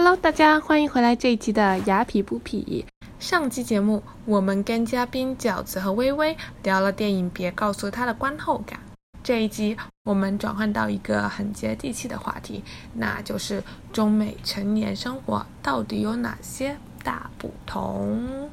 Hello， 大家欢迎回来这一期的雅痞不痞。上期节目，我们跟嘉宾饺子和微微聊了电影《别告诉他》的观后感。这一集，我们转换到一个很接地气的话题，那就是中美成年生活到底有哪些大不同？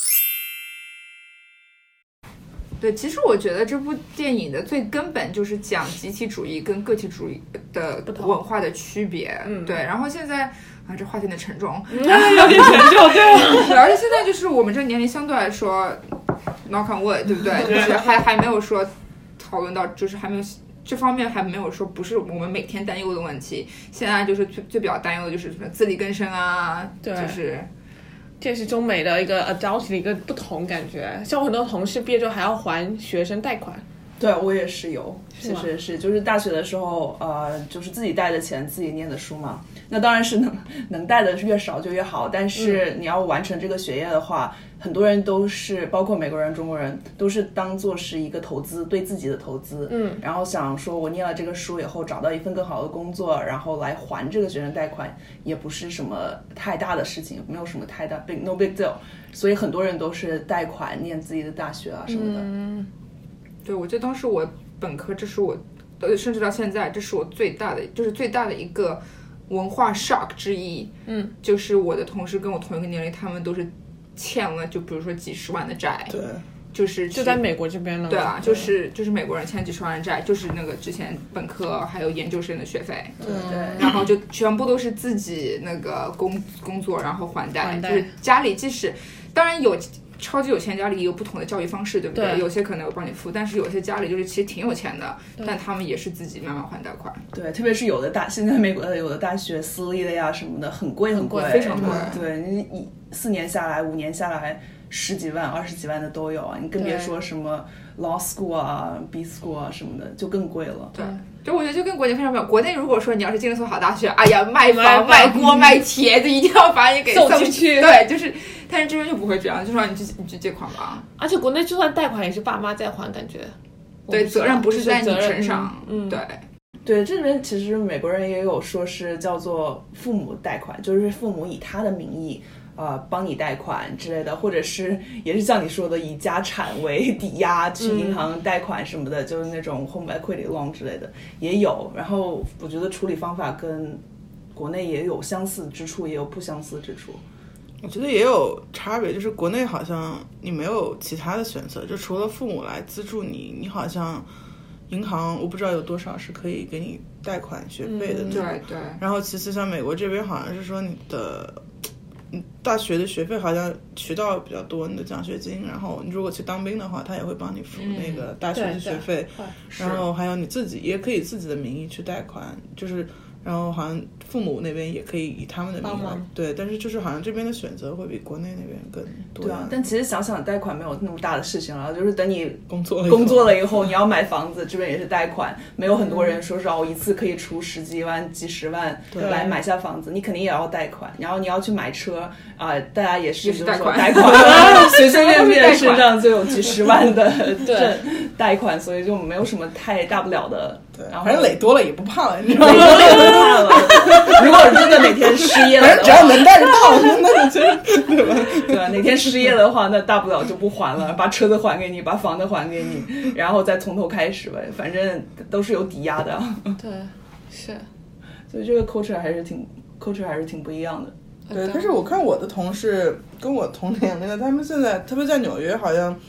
对，其实我觉得这部电影的最根本就是讲集体主义跟个体主义的文化的区别。对。然后现在啊，这话题有点沉重，有点沉重，对。而且现在就是我们这个年龄相对来说 ，knock on wood， 对不对？就是还没有说讨论到，就是还没有这方面还没有说不是我们每天担忧的问题。现在就是最比较担忧的就是什么自力更生啊，对，就是。 这是中美的一个 adult 的一个不同感觉，像我很多同事毕业之后还要还学生贷款。 对，我也是有，其实是就是大学的时候，就是自己带的钱自己念的书嘛。那当然是能带的越少就越好，但是你要完成这个学业的话，很多人都是，包括美国人、中国人，都是当做是一个投资，对自己的投资。然后想说我念了这个书以后，找到一份更好的工作，然后来还这个学生贷款，也不是什么太大的事情，没有什么太大 no big deal。所以很多人都是贷款念自己的大学啊什么的。 对，我记得当时我本科，这是我，甚至到现在，这是我最大的一个文化 shock 之一。就是我的同事跟我同一个年龄，他们都是欠了，就比如说几十万的债。 对， 就在美国这边了。 对啊，就是美国人欠几十万的债，就是那个之前本科还有研究生的学费。 对， 然后就全部都是自己那个工作，然后还贷。就是家里即使当然有。超级有钱家里也有不同的教育方式，对不对？有些可能有帮你付，但是有些家里就是其实挺有钱的，但他们也是自己慢慢还贷款。 对，特别是现在美国的有的大学私立的呀什么的，很贵， 非常贵。 对，你4年下来、5年下来10几万、20几万的都有啊，你更别说什么 law school 啊、B school 啊什么的，就更贵了。 对。就我觉得就跟国内非常不一样。国内如果说你要是进了所好大学，哎呀，卖房卖锅卖铁，就一定要把你给送进去。 对，就是，但是这边就不会这样，就说你去借款吧。 而且国内就算贷款也是爸妈在还，感觉。 对，责任不是在你身上。 对，这边其实美国人也有说是叫做父母贷款，就是父母以他的名义。帮你贷款之类的，或者是也是像你说的以家产为抵押去银行贷款什么的，就是那种 home equity loan 之类的也有。然后我觉得处理方法跟国内也有相似之处，也有不相似之处。 我觉得也有差别，就是国内好像你没有其他的选择，就除了父母来资助你，你好像银行我不知道有多少是可以给你贷款学费的。 对。 然后其次像美国这边好像是说你大学的学费好像渠道比较多，你的奖学金，然后你如果去当兵的话，他也会帮你付那个大学的学费，然后还有你自己也可以自己的名义去贷款，就是然后好像父母那边也可以以他们的名义来，对，但是就是好像这边的选择会比国内那边更多。 对啊，但其实想想贷款没有那么大的事情了，就是等你工作了以后，你要买房子，这边也是贷款，没有很多人说是我一次可以出10几万、几十万来买下房子，你肯定也要贷款。然后你要去买车大家也是贷款， 随随便便身上就有几十万的贷款，所以就没有什么太大不了的。 对，然后反正累多了也不怕了，你知道吗？ 累多了也不怕了。如果真的哪天失业了， 只要能带得到，那就对吧？ 对吧？哪天失业的话，那大不了就不还了，把车子还给你，把房子还给你，然后再从头开始呗，反正都是有抵押的。 对，是。 所以这个 culture 还是挺不一样的。 对，但是我看我的同事跟我同年龄的，他们现在特别在纽约，好像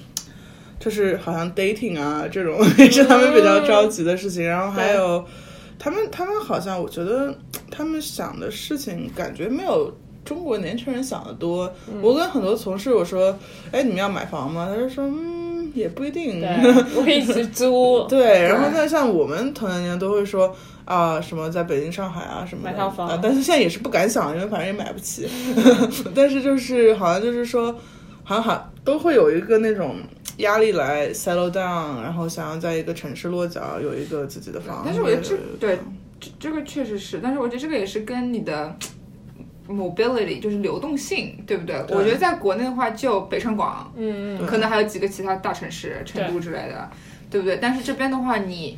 dating 啊这种也是他们比较着急的事情，然后还有他们好像我觉得他们想的事情感觉没有中国年轻人想的多。我跟很多同事我说，哎，你们要买房吗？他就说也不一定， 我可以一直租。 对，然后那像我们同年龄都会说什么在北京上海啊什么的买套房， 但是现在也是不敢想，因为反正也买不起。但是就是好像就是说好像都会有一个那种压力来 settle down， 然后想要在一个城市落脚，有一个自己的房子。 但是我觉得这个确实是，但是我觉得这个也是跟你的 mobility 就是流动性，对不对？我觉得在国内的话就北上广，可能还有几个其他大城市，成都之类的，对不对？但是这边的话你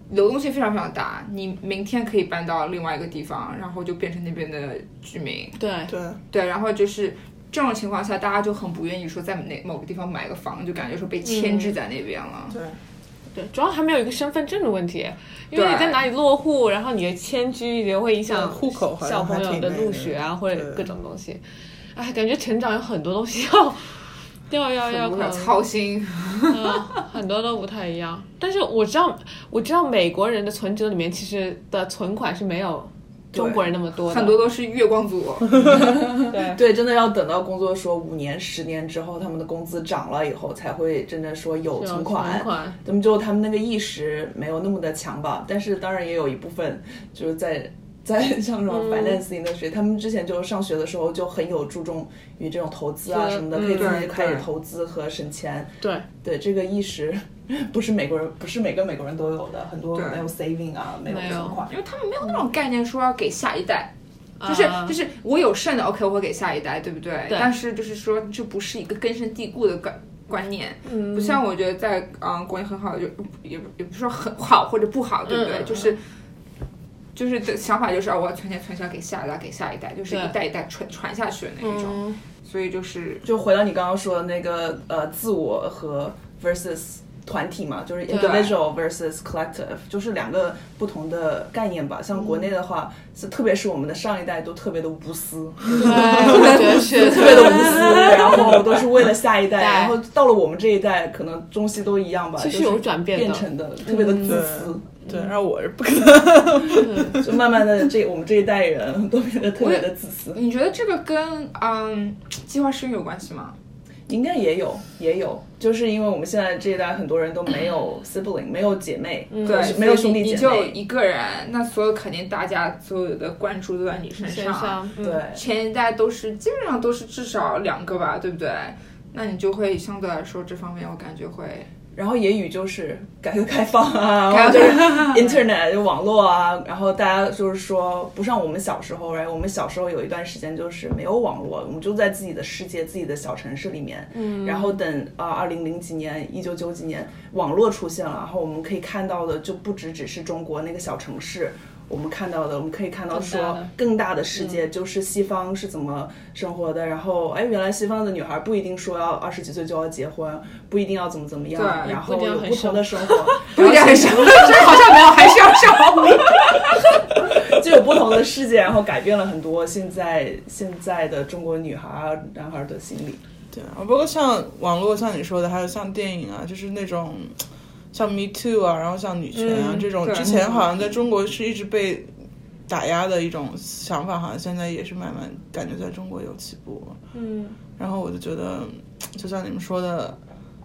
流动性非常非常大，你明天可以搬到另外一个地方，然后就变成那边的居民。 对， 然后就是这种情况下，大家就很不愿意说在某个地方买个房，就感觉说被牵制在那边了。 对，主要还没有一个身份证的问题，因为你在哪里落户，然后你的迁居也会影响户口小朋友的入学啊，或者各种东西。哎，感觉成长有很多东西要操心， 很多都不太一样。但是我知道美国人的存折里面其实的存款是没有中国人那么多的， 很多都是月光族。 对，真的要等到工作说5年10年之后，他们的工资涨了以后，才会真的说有存款。那么就他们那个意识没有那么的强吧，但是当然也有一部分就是在像这种 financing 的学，他们之前就上学的时候就很有注重于这种投资啊什么的，可以自己开始投资和省钱。对，这个意识不是每个美国人都有的，很多没有 saving 啊，没有存款， 因为他们没有那种概念说要给下一代。就是我有剩的 OK 我会给下一代，对不对？但是就是说这不是一个根深蒂固的观念，不像我觉得在国内很好，就也不是说很好或者不好，对不对？就是的想法就是我要存钱存下给下一代，就是一代一代传下去的那一种。所以就回到你刚刚说的那个自我和 versus 团体嘛，就是 individual versus collective， 就是2个不同的概念吧。像国内的话，特别是我们的上一代都特别的无私， 我觉得是特别的无私，然后都是为了下一代，然后到了我们这一代，可能中西都一样吧， 其实有转变的， 变成的特别的自私。 对，然后我是不可能， 就慢慢的我们这一代人都变得特别的自私。 你觉得这个跟计划生育有关系吗？ 应该也有，就是因为我们现在这一代很多人都没有 sibling， 没有姐妹， 对， 没有兄弟姐妹， 你就一个人，那所有肯定大家所有的关注都在你身上。 对， 前一代基本上都是至少2个吧，对不对？那你就会相对来说这方面我感觉会。 然后也与就是改革开放啊，然后就是 internet 就网络啊，然后大家就是说不像我们小时候，我们小时候有一段时间就是没有网络，我们就在自己的世界、自己的小城市里面。然后等2000几年、1990几年，网络出现了，然后我们可以看到的就不只是中国那个小城市。我们可以看到说更大的世界，就是西方是怎么生活的，然后原来西方的女孩不一定说要20几岁就要结婚，不一定要怎么样，然后有不同的生活， 不一定很少，这好像没有，还是要少， 就有不同的世界，然后改变了很多现在的中国女孩男孩的心理。 对啊，包括像网络，像你说的，还有像电影啊，就是那种。像 Me Too 啊，然后像女权啊这种，之前好像在中国是一直被打压的一种想法，好像现在也是慢慢感觉在中国有起步。然后我就觉得，就像你们说的，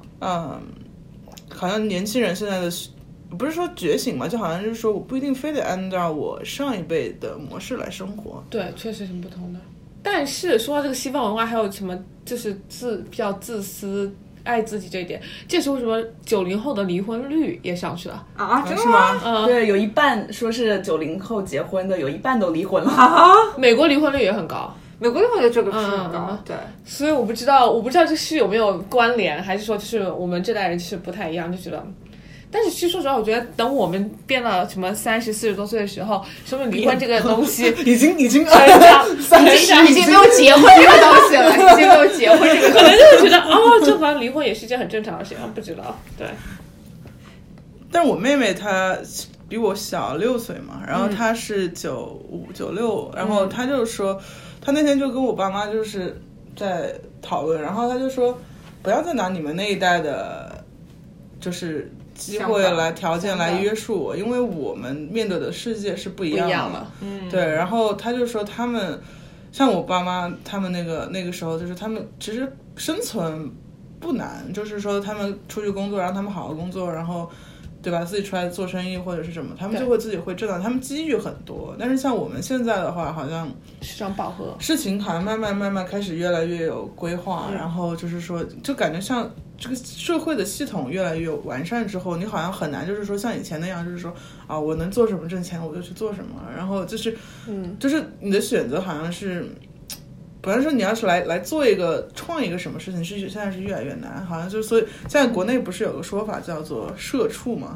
好像年轻人现在的不是说觉醒嘛，就好像是说我不一定非得按照我上一辈的模式来生活。 对，确实是不同的。但是说到这个西方文化，还有什么就是比较自私。爱自己这一点，这是为什么90后的离婚率也上去了啊？真的吗？对，有一半说是90后结婚的，有一半都离婚了。 美国离婚率也很高， 美国离婚率这个是很高，对。 所以我不知道这是有没有关联，还是说就是我们这代人是不太一样，就觉得。但是其实说实话，我觉得等我们变到什么30、40多岁的时候，说明离婚这个东西已经已经没有结婚这个东西了，已经没有结婚这个， 可能就觉得这好像离婚也是一件很正常的事情，不知道。对。 但我妹妹她比我小6岁嘛，然后她是95、96，然后她就说，她那天就跟我爸妈就是在讨论，然后她就说，不要再拿你们那一代的，就是机会来条件来约束我，因为我们面对的世界是不一样的。对，然后他就说他们像我爸妈他们那个时候，就是他们其实生存不难，就是说他们出去工作，让他们好好工作，然后对吧，自己出来做生意或者是什么，他们就会自己会挣到，他们机遇很多。但是像我们现在的话，好像市场饱和， 事情好像慢慢开始越来越有规划，然后就是说就感觉像这个社会的系统越来越完善之后，你好像很难就是说像以前那样，就是说我能做什么挣钱我就去做什么，然后就是就是你的选择好像是，比方说你要是来做创一个什么事情，现在是越来越难，好像就所以现在国内不是有个说法叫做社畜嘛，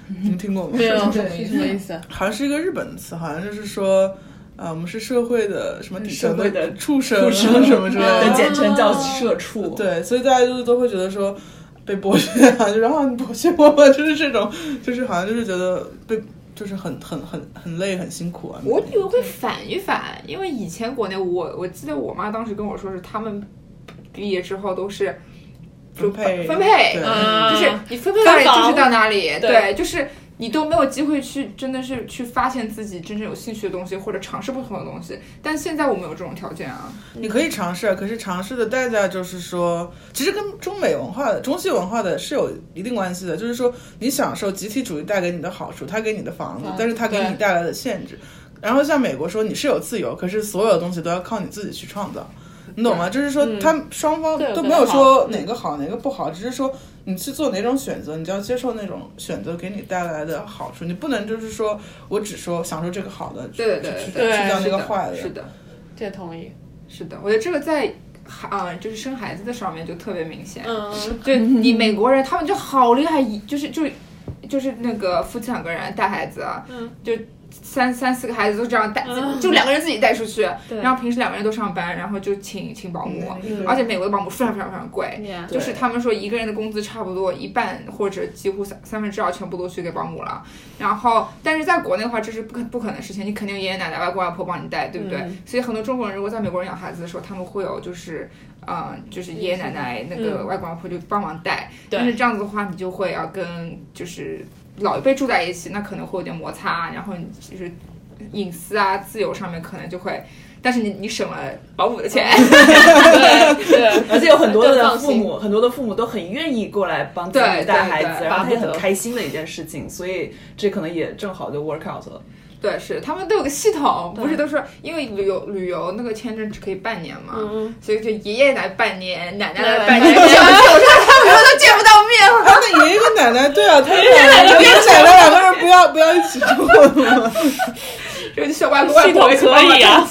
你们听过吗？ 没有，什么意思？ 好像是一个日本的词，好像就是说我们是社会的什么底层的畜生什么之类的， 简称叫社畜。 对，所以大家都会觉得说被剥削啊，就然后你剥削我们，就是这种，就是好像就是觉得被。就是很累很辛苦啊！ 我以为会反一反，因为以前国内我记得我妈当时跟我说是他们毕业之后都是分配， 就是你分配到哪里就是到哪里，对，就是你都没有机会去真的是去发现自己真正有兴趣的东西，或者尝试不同的东西。但现在我们有这种条件啊， 你可以尝试，可是尝试的代价就是说，其实跟中美文化的、中西文化的是有一定关系的。就是说，你享受集体主义带给你的好处，它给你的房子，但是它给你带来的限制。然后像美国说你是有自由，可是所有的东西都要靠你自己去创造。你懂吗？就是说，他们双方都没有说哪个好哪个不好，只是说你去做哪种选择，你就要接受那种选择给你带来的好处。你不能就是说我只说享受这个好的， 对， 去掉那个坏的。 是的， 这同意。 是的，我觉得这个在就是生孩子的上面就特别明显。就你美国人他们就好厉害，就是那个夫妻两个人带孩子，就。三四个孩子都这样带，就2个人自己带出去，然后平时2个人都上班，然后就请保姆，而且美国的保姆非常非常非常贵，就是他们说一个人的工资差不多一半或者几乎2/3全部都去给保姆了。然后，但是在国内的话，这是不可能的事情，你肯定爷爷奶奶、外公外婆帮你带，对不对？所以很多中国人如果在美国人养孩子的时候，他们会有就是爷爷奶奶那个外公外婆就帮忙带，但是这样子的话，你就会要跟就是老一辈住在一起，那可能会有点摩擦，然后你就是隐私啊、自由上面可能就会，但是你省了保姆的钱， 对，而且有很多的父母都很愿意过来帮自己带孩子，然后他也很开心的一件事情，所以这可能也正好就 work out 了。 对，是他们都有个系统，不是都说因为旅游那个签证只可以半年嘛，所以就爷爷来半年，奶奶来半年，他们都见不到面了。 那爷爷跟奶奶，对啊，他爷爷奶奶2个人不要一起住吗？ 这个小外公外婆可以啊。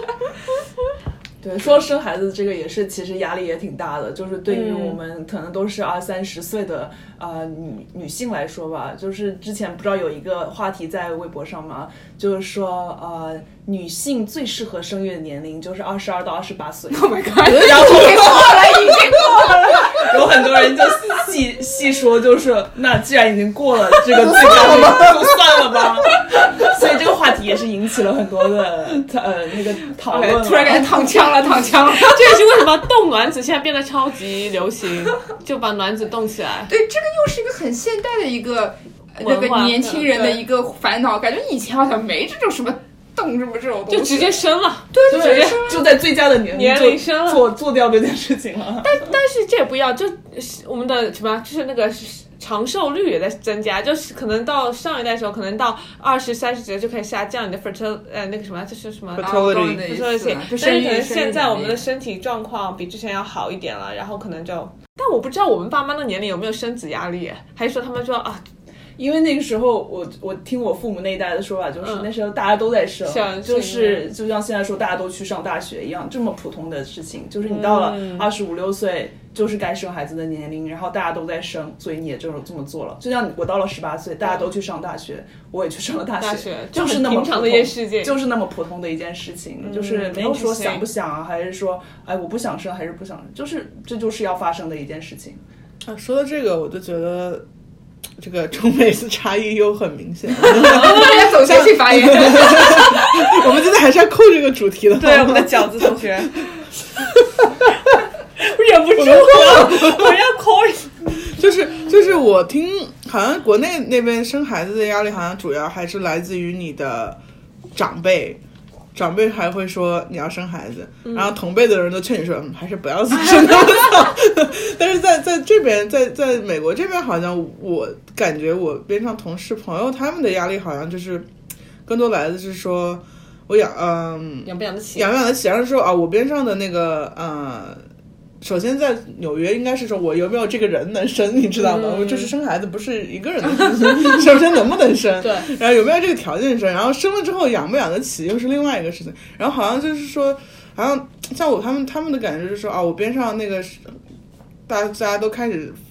对，说生孩子这个也是，其实压力也挺大的。就是对于我们可能都是20-30岁的女性来说吧，就是之前不知道有一个话题在微博上嘛，就是说女性最适合生育的年龄就是22到28岁。 Oh my god！ 然后已经过了，有很多人就细说，就是那既然已经过了这个最高的，就算了吧。所以这个话题也是引起了很多的那个讨论。 突然感觉躺枪了。 这也是为什么冻卵子现在变得超级流行，就把卵子冻起来。 对，这个又是一个很现代的一个那个年轻人的一个烦恼，感觉以前好像没这种什么冻这种东西， 就直接生了。 对，直接生了， 就在最佳的年龄生了， 做掉这件事情了。 但是这也不要，就我们的什么，就是那个长寿率也在增加，就是可能到上一代的时候，可能到20-30岁就开始下降你的 fertility 那个什么，就是什么 fertility， 但是可能现在我们的身体状况比之前要好一点了，然后可能就，但我不知道我们爸妈的年龄有没有生子压力，还是说他们说啊。 因为那个时候我听我父母那一代的说法，就是那时候大家都在生，就是就像现在说大家都去上大学一样，这么普通的事情，就是你到了25-26岁就是该生孩子的年龄，然后大家都在生，所以你也这么做了。就像我到了18岁，大家都去上大学，我也去上了大学，就是那么平常的一件事情， 就是那么普通的一件事情，就是没有说想不想啊，还是说我不想生还是不想生，就是这就是要发生的一件事情。 说到这个，我就觉得。这个中美的差异又很明显， 走下去发言。 我们今天还是要扣这个主题的。 对，我们的饺子同学，我忍不住了，我要扣。 就是我听，好像国内那边生孩子的压力，好像主要还是来自于你的长辈还会说你要生孩子，然后同辈的人都劝你说还是不要生了。但是在这边，在美国这边，好像我感觉我边上同事朋友他们的压力好像就是更多来的是说我养不养得起，然后说我边上的那个首先在纽约应该是说我有没有这个人能生，你知道吗？我就是生孩子不是一个人的事情，首先能不能生，对，然后有没有这个条件生，然后生了之后养不养得起又是另外一个事情。然后好像就是说，好像像他们的感觉就是说我边上那个大家都开始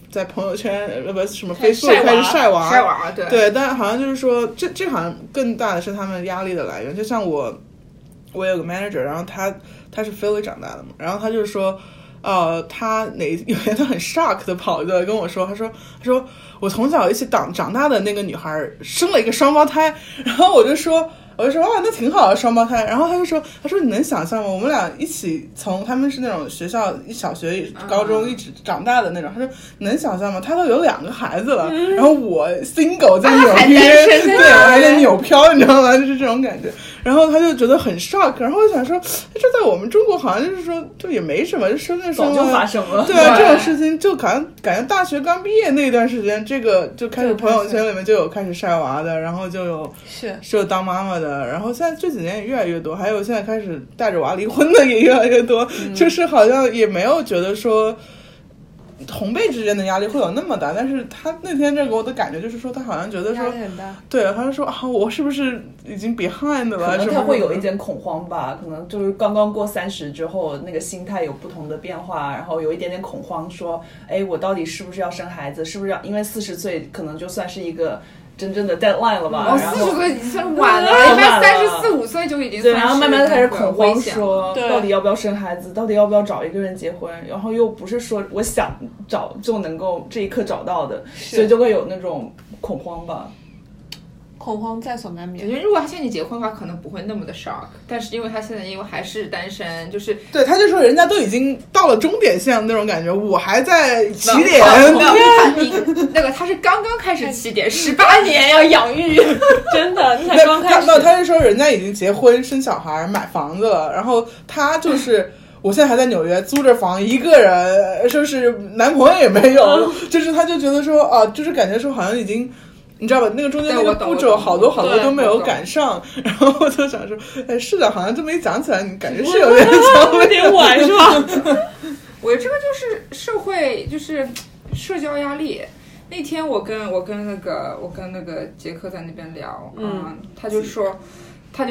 在朋友圈不什么 Facebook 开始晒娃， 对， 但好像就是说这好像更大的是他们压力的来源。就像我有个 manager， 然后他是 Philly 长大的嘛，然后他就是说。他有天他很 shock 的跑着跟我说，他说我从小一起长大的那个女孩生了一个双胞胎，然后我就说哇，那挺好的双胞胎。然后他说你能想象吗？我们俩一起从他们是那种学校小学高中一直长大的那种。他说你能想象吗？他都有2个孩子了，然后我 single 在纽约，对，我还在纽漂，你知道吗？就是这种感觉。然后他就觉得很 shock， 然后我想说，这在我们中国好像就是说，就也没什么，就生早就发生了。 对啊，这种事情就感觉大学刚毕业那段时间，这个就开始朋友圈里面就有开始晒娃的，然后就有当妈妈的，然后现在这几年也越来越多，还有现在开始带着娃离婚的也越来越多，就是好像也没有觉得说。同辈之间的压力会有那么大，但是他那天给我的感觉就是说，他好像觉得说， 压力很大。 对，他就说我是不是已经 behind 了？ 可能他会有一点恐慌吧，可能就是刚刚过30之后，那个心态有不同的变化，然后有一点点恐慌，说，我到底是不是要生孩子？是不是要？因为40岁可能就算是一个。真正的 deadline 了吧 ？40岁已经算晚了，一般34、5岁就已经对，然后慢慢开始恐慌，说到底要不要生孩子，到底要不要找一个人结婚，然后又不是说我想找就能够这一刻找到的，所以就会有那种恐慌吧。 恐慌在所难免。 我觉得如果他现在结婚的话，可能不会那么的 shock， 但是因为他现在因为还是单身，就是对，他就说人家都已经到了终点线那种感觉，我还在起点。 那个他是刚刚开始起点，18年要养育， 真的，你才刚开始。 他是说人家已经结婚生小孩买房子了，然后他就是。我现在还在纽约租着房，一个人，说是男朋友也没有，就是他就觉得说就是感觉说好像已经。你知道吧？那个中间那个步骤好多都没有赶上，然后我就想说，是的，好像这么一讲起来，你感觉是有点有点晚，是吧？ 我觉得这个就是社会，就是社交压力。那天我跟那个杰克在那边聊，他就说，他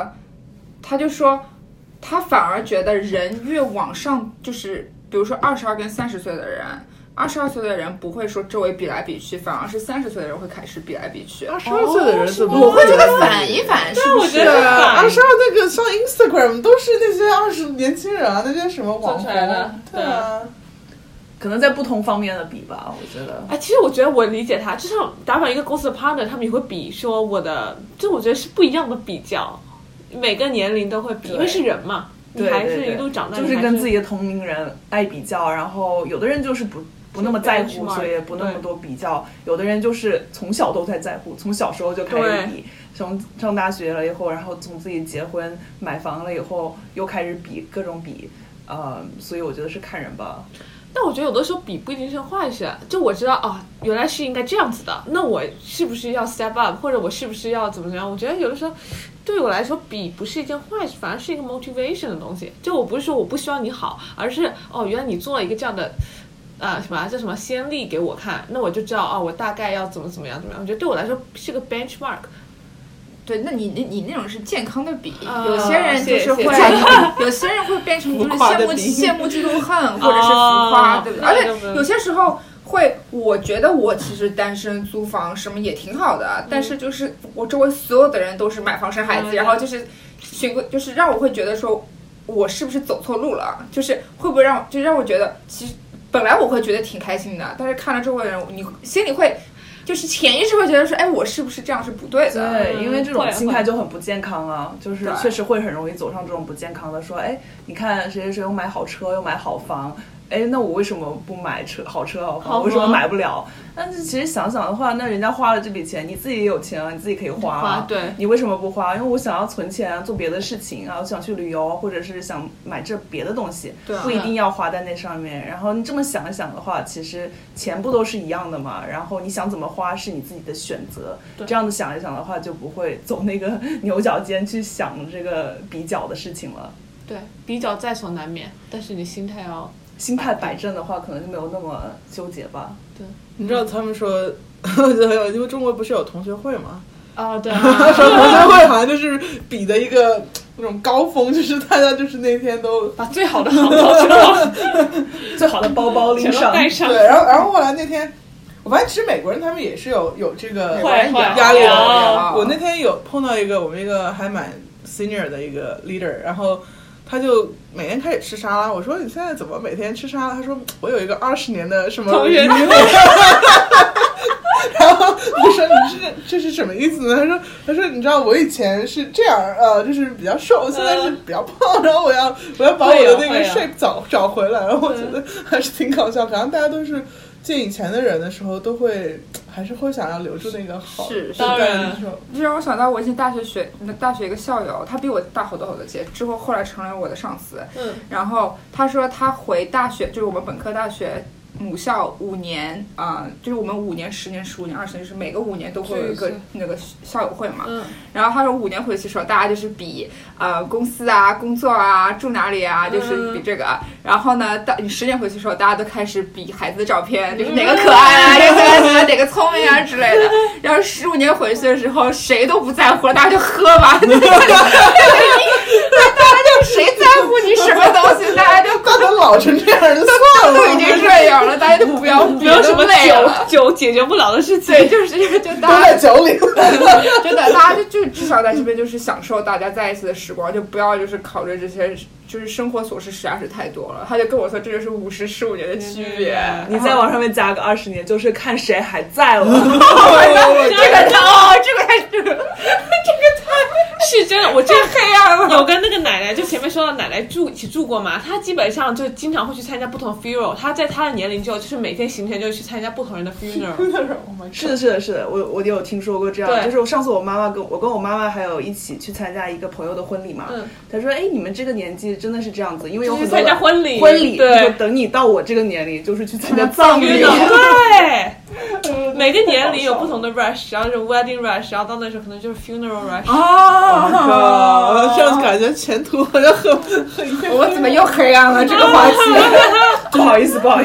反而觉得人越往上，就是比如说22跟30岁的人。22岁的人不会说周围比来比去，反而是30岁的人会开始比来比去。 22岁的人怎么？ 我会觉得反一反，是不是？22 那个上 Instagram 都是那些20年轻人啊，那些什么网红，对啊。 可能在不同方面的比吧，我觉得。 其实我觉得我理解他，就像打反一个公司的 partner， 他们也会比说我的，就我觉得是不一样的比较，每个年龄都会比，因为是人嘛。 对， 还是一路长大， 就是跟自己的同龄人爱比较，然后有的人就是不那么在乎，所以不那么多比较。有的人就是从小都在在乎，从小时候就开始比，从上大学了以后，然后从自己结婚买房了以后又开始比各种比，所以我觉得是看人吧。 但我觉得有的时候比不一定是坏事，就我知道原来是应该这样子的，那我是不是要 step up， 或者我是不是要怎么样？我觉得有的时候对我来说比不是一件坏事，反而是一个 motivation 的东西。就我不是说我不希望你好，而是原来你做了一个这样的叫什么先例给我看，那我就知道我大概要怎么样。我觉得对我来说是个 benchmark。 对，那你那种是健康的比，有些人就是会，有些人会变成就是羡慕嫉妒恨，或者是浮夸，对不对？而且有些时候会，我觉得我其实单身租房什么也挺好的，但是就是我周围所有的人都是买房生孩子，然后就是让我会觉得说，我是不是走错路了？就是会不会让我觉得，其实本来我会觉得挺开心的，但是看了周围的人，你心里会。就是潜意识会觉得说，我是不是这样是不对的？ 对，因为这种心态就很不健康啊，就是确实会很容易走上这种不健康的。说，你看谁又买好车又买好房，那我为什么不买好车好房？为什么买不了？但是其实想想的话，那人家花了这笔钱，你自己也有钱啊，你自己可以花啊。 对， 你为什么不花？因为我想要存钱啊，做别的事情啊，我想去旅游，或者是想买别的东西，不一定要花在那上面。然后你这么想一想的话，其实钱不都是一样的嘛？然后你想怎么花是你自己的选择。这样子想一想的话，就不会走那个牛角尖去想这个比较的事情了。 对，比较在所难免，但是你心态摆正的话，可能就没有那么纠结吧。 对， 你知道他们说，因为中国不是有同学会吗？ 对， 说同学会好像就是比的一个那种高峰，就是大家就是那天都把最好的好包最好的包包拎上， 带上。 对，然后后来那天，我发现其实美国人他们也是有这个压力的。我那天有碰到我们一个还蛮 senior 的一个 leader， 然后他就每天开始吃沙拉。我说你现在怎么每天吃沙拉？他说我有一个20年的什么同学。 然后我说你这是什么意思呢？他说你知道我以前是这样就是比较瘦，现在是比较胖，然后我要把我的那个 shape 找回来。然后我觉得还是挺搞笑，可能大家都是见以前的人的时候都会还是会想要留住那个好。 是当然。 这让我想到我以前大学一个校友，他比我大好多届，之后来成了我的上司。然后他说他回大学，就是我们本科大学母校5年就是我们5年、10年、15年、20年，就是每个5年都会有一个那个校友会嘛。然后他说5年回去的时候，大家就是比公司啊、工作啊、住哪里啊，就是比这个。然后呢，你10年回去的时候，大家都开始比孩子的照片，就是哪个可爱啊，哪个聪明啊之类的。然后15年回去的时候，谁都不在乎了，大家就喝吧。大家就谁在乎你什么东西？大家都老成这样就算了， 都已经这样了，大家就不要什么酒解决不了的事情。 对，就大家都在酒里。 真的，大家就至少在这边就是享受大家在一起的时光，就不要就是考虑这些，就是生活琐事实在是太多了。他就跟我说，这就是50-15年的区别。 你再往上面加个20年，就是看谁还在了。 这个是真的，我真黑暗了。有跟那个奶奶，就前面说到奶奶一起住过嘛，她基本上就经常会去参加不同 funeral。她在她的年龄就是每天行程就去参加不同人的 funeral。 是的，我有听说过这样，就是上次我跟我妈妈还有一起去参加一个朋友的婚礼嘛。她说，你们这个年纪真的是这样子，因为有很多参加婚礼， 对，等你到我这个年龄，就是去参加葬礼。 对。每个年龄有不同的 rush， 然后是 wedding rush， 然后到那时候可能就是 funeral rush。 这样感觉前途好像很我怎么又黑暗了这个话题？ 不好意思啊！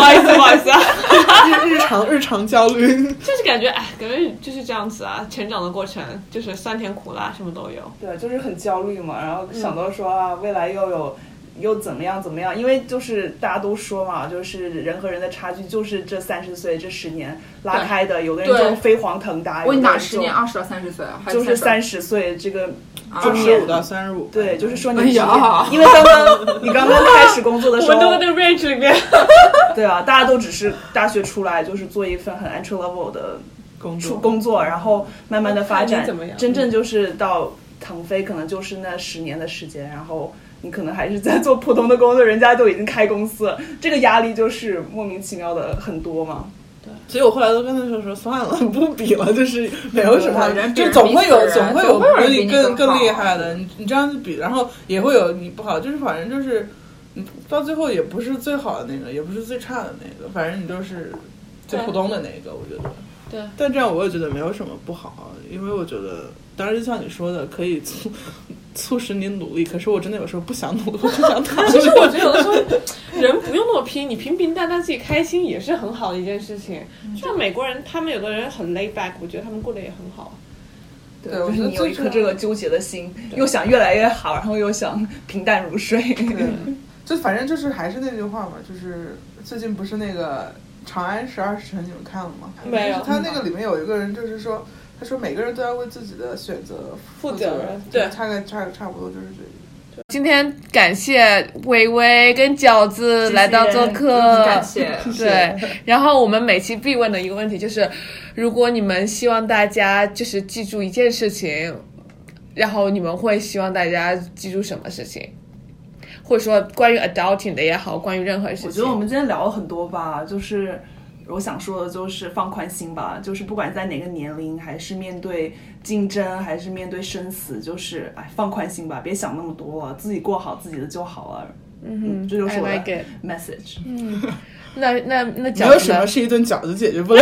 日常焦虑， 就是感觉就是这样子啊，成长的过程就是酸甜苦辣什么都有。 对，就是很焦虑嘛，然后想到说未来又怎么样，因为就是大家都说嘛，就是人和人的差距就是这30岁这10年拉开的，有的人就飞黄腾达。 我哪10年20到30岁啊？ 就是30岁这个 25到35。 对，就是说你因为你刚刚开始工作的时候， 我们都在那个 range 里面。 对啊，大家都只是大学出来就是做一份很 entry level 的工作，然后慢慢的发展，真正就是到腾飞可能就是那10年的时间，然后你可能还是在做普通的工作，人家都已经开公司了，这个压力就是莫名其妙的很多嘛。 对，所以我后来都跟他说算了，不比了，就是没有什么，就总会有比你更厉害的，你这样子比，然后也会有你不好，就是反正就是到最后也不是最好的那个，也不是最差的那个，反正你都是最普通的那个，我觉得。 对。 但这样我也觉得没有什么不好，因为我觉得，当然就像你说的，可以促使你努力，可是我真的有时候不想努力，我就想躺。 其实我觉得有的时候人不用那么拼，你平平淡淡自己开心也是很好的一件事情。像美国人，他们有的人很 laid back， 我觉得他们过得也很好。 对，就是你有一颗这个纠结的心，又想越来越好，然后又想平淡如水。 就反正就是还是那句话嘛，就是最近不是那个《长安十二时辰》你们看了吗？ 没有。 他那个里面有一个人就是说。他说每个人都要为自己的选择负责任，对，差不多就是这个。 今天感谢微微跟饺子来到做客， 感谢。 对，然后我们每期必问的一个问题就是，如果你们希望大家就是记住一件事情，然后你们会希望大家记住什么事情？或者说关于 adulting 的也好，关于任何事情。 我觉得我们今天聊了很多吧，就是我想说的就是放宽心吧，就是不管在哪个年龄，还是面对竞争，还是面对生死，就是放宽心吧，别想那么多了，自己过好自己的就好了。这就是我的 message。 那没有什么是一顿饺子解决不了。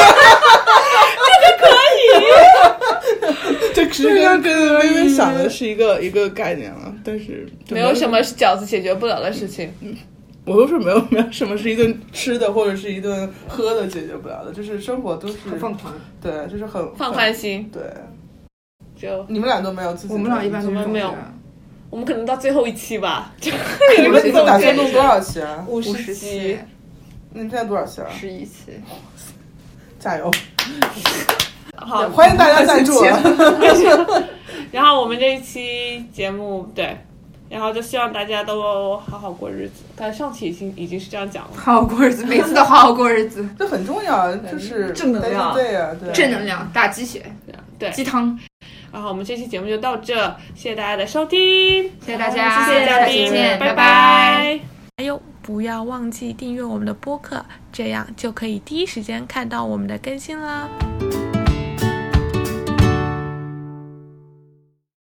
这个可以。 这其实跟微微想的是一个概念了，但是没有什么是饺子解决不了的事情。 我都说没有什么是一顿吃的或者是一顿喝的解决不了的，就是生活都是很放宽， 对，就是很放宽心， 对。 就你们俩都没有自己， 我们俩一般都没有。 我们可能到最后一期吧。 你们打算弄多少期啊 ？50期。 那你现在多少期了 ？11期。 加油！ 好， 欢迎大家赞助。 然后我们这一期节目对。然后就希望大家都好好过日子。但上期已经是这样讲了， 好好过日子，每次都好好过日子， 这很重要，就是正能量， 对啊，对， 正能量，打鸡血， 对， 鸡汤。 然后我们这期节目就到这，谢谢大家的收听， 谢谢大家， 谢谢嘉宾，拜拜。还有，不要忘记订阅我们的播客，这样就可以第一时间看到我们的更新啦。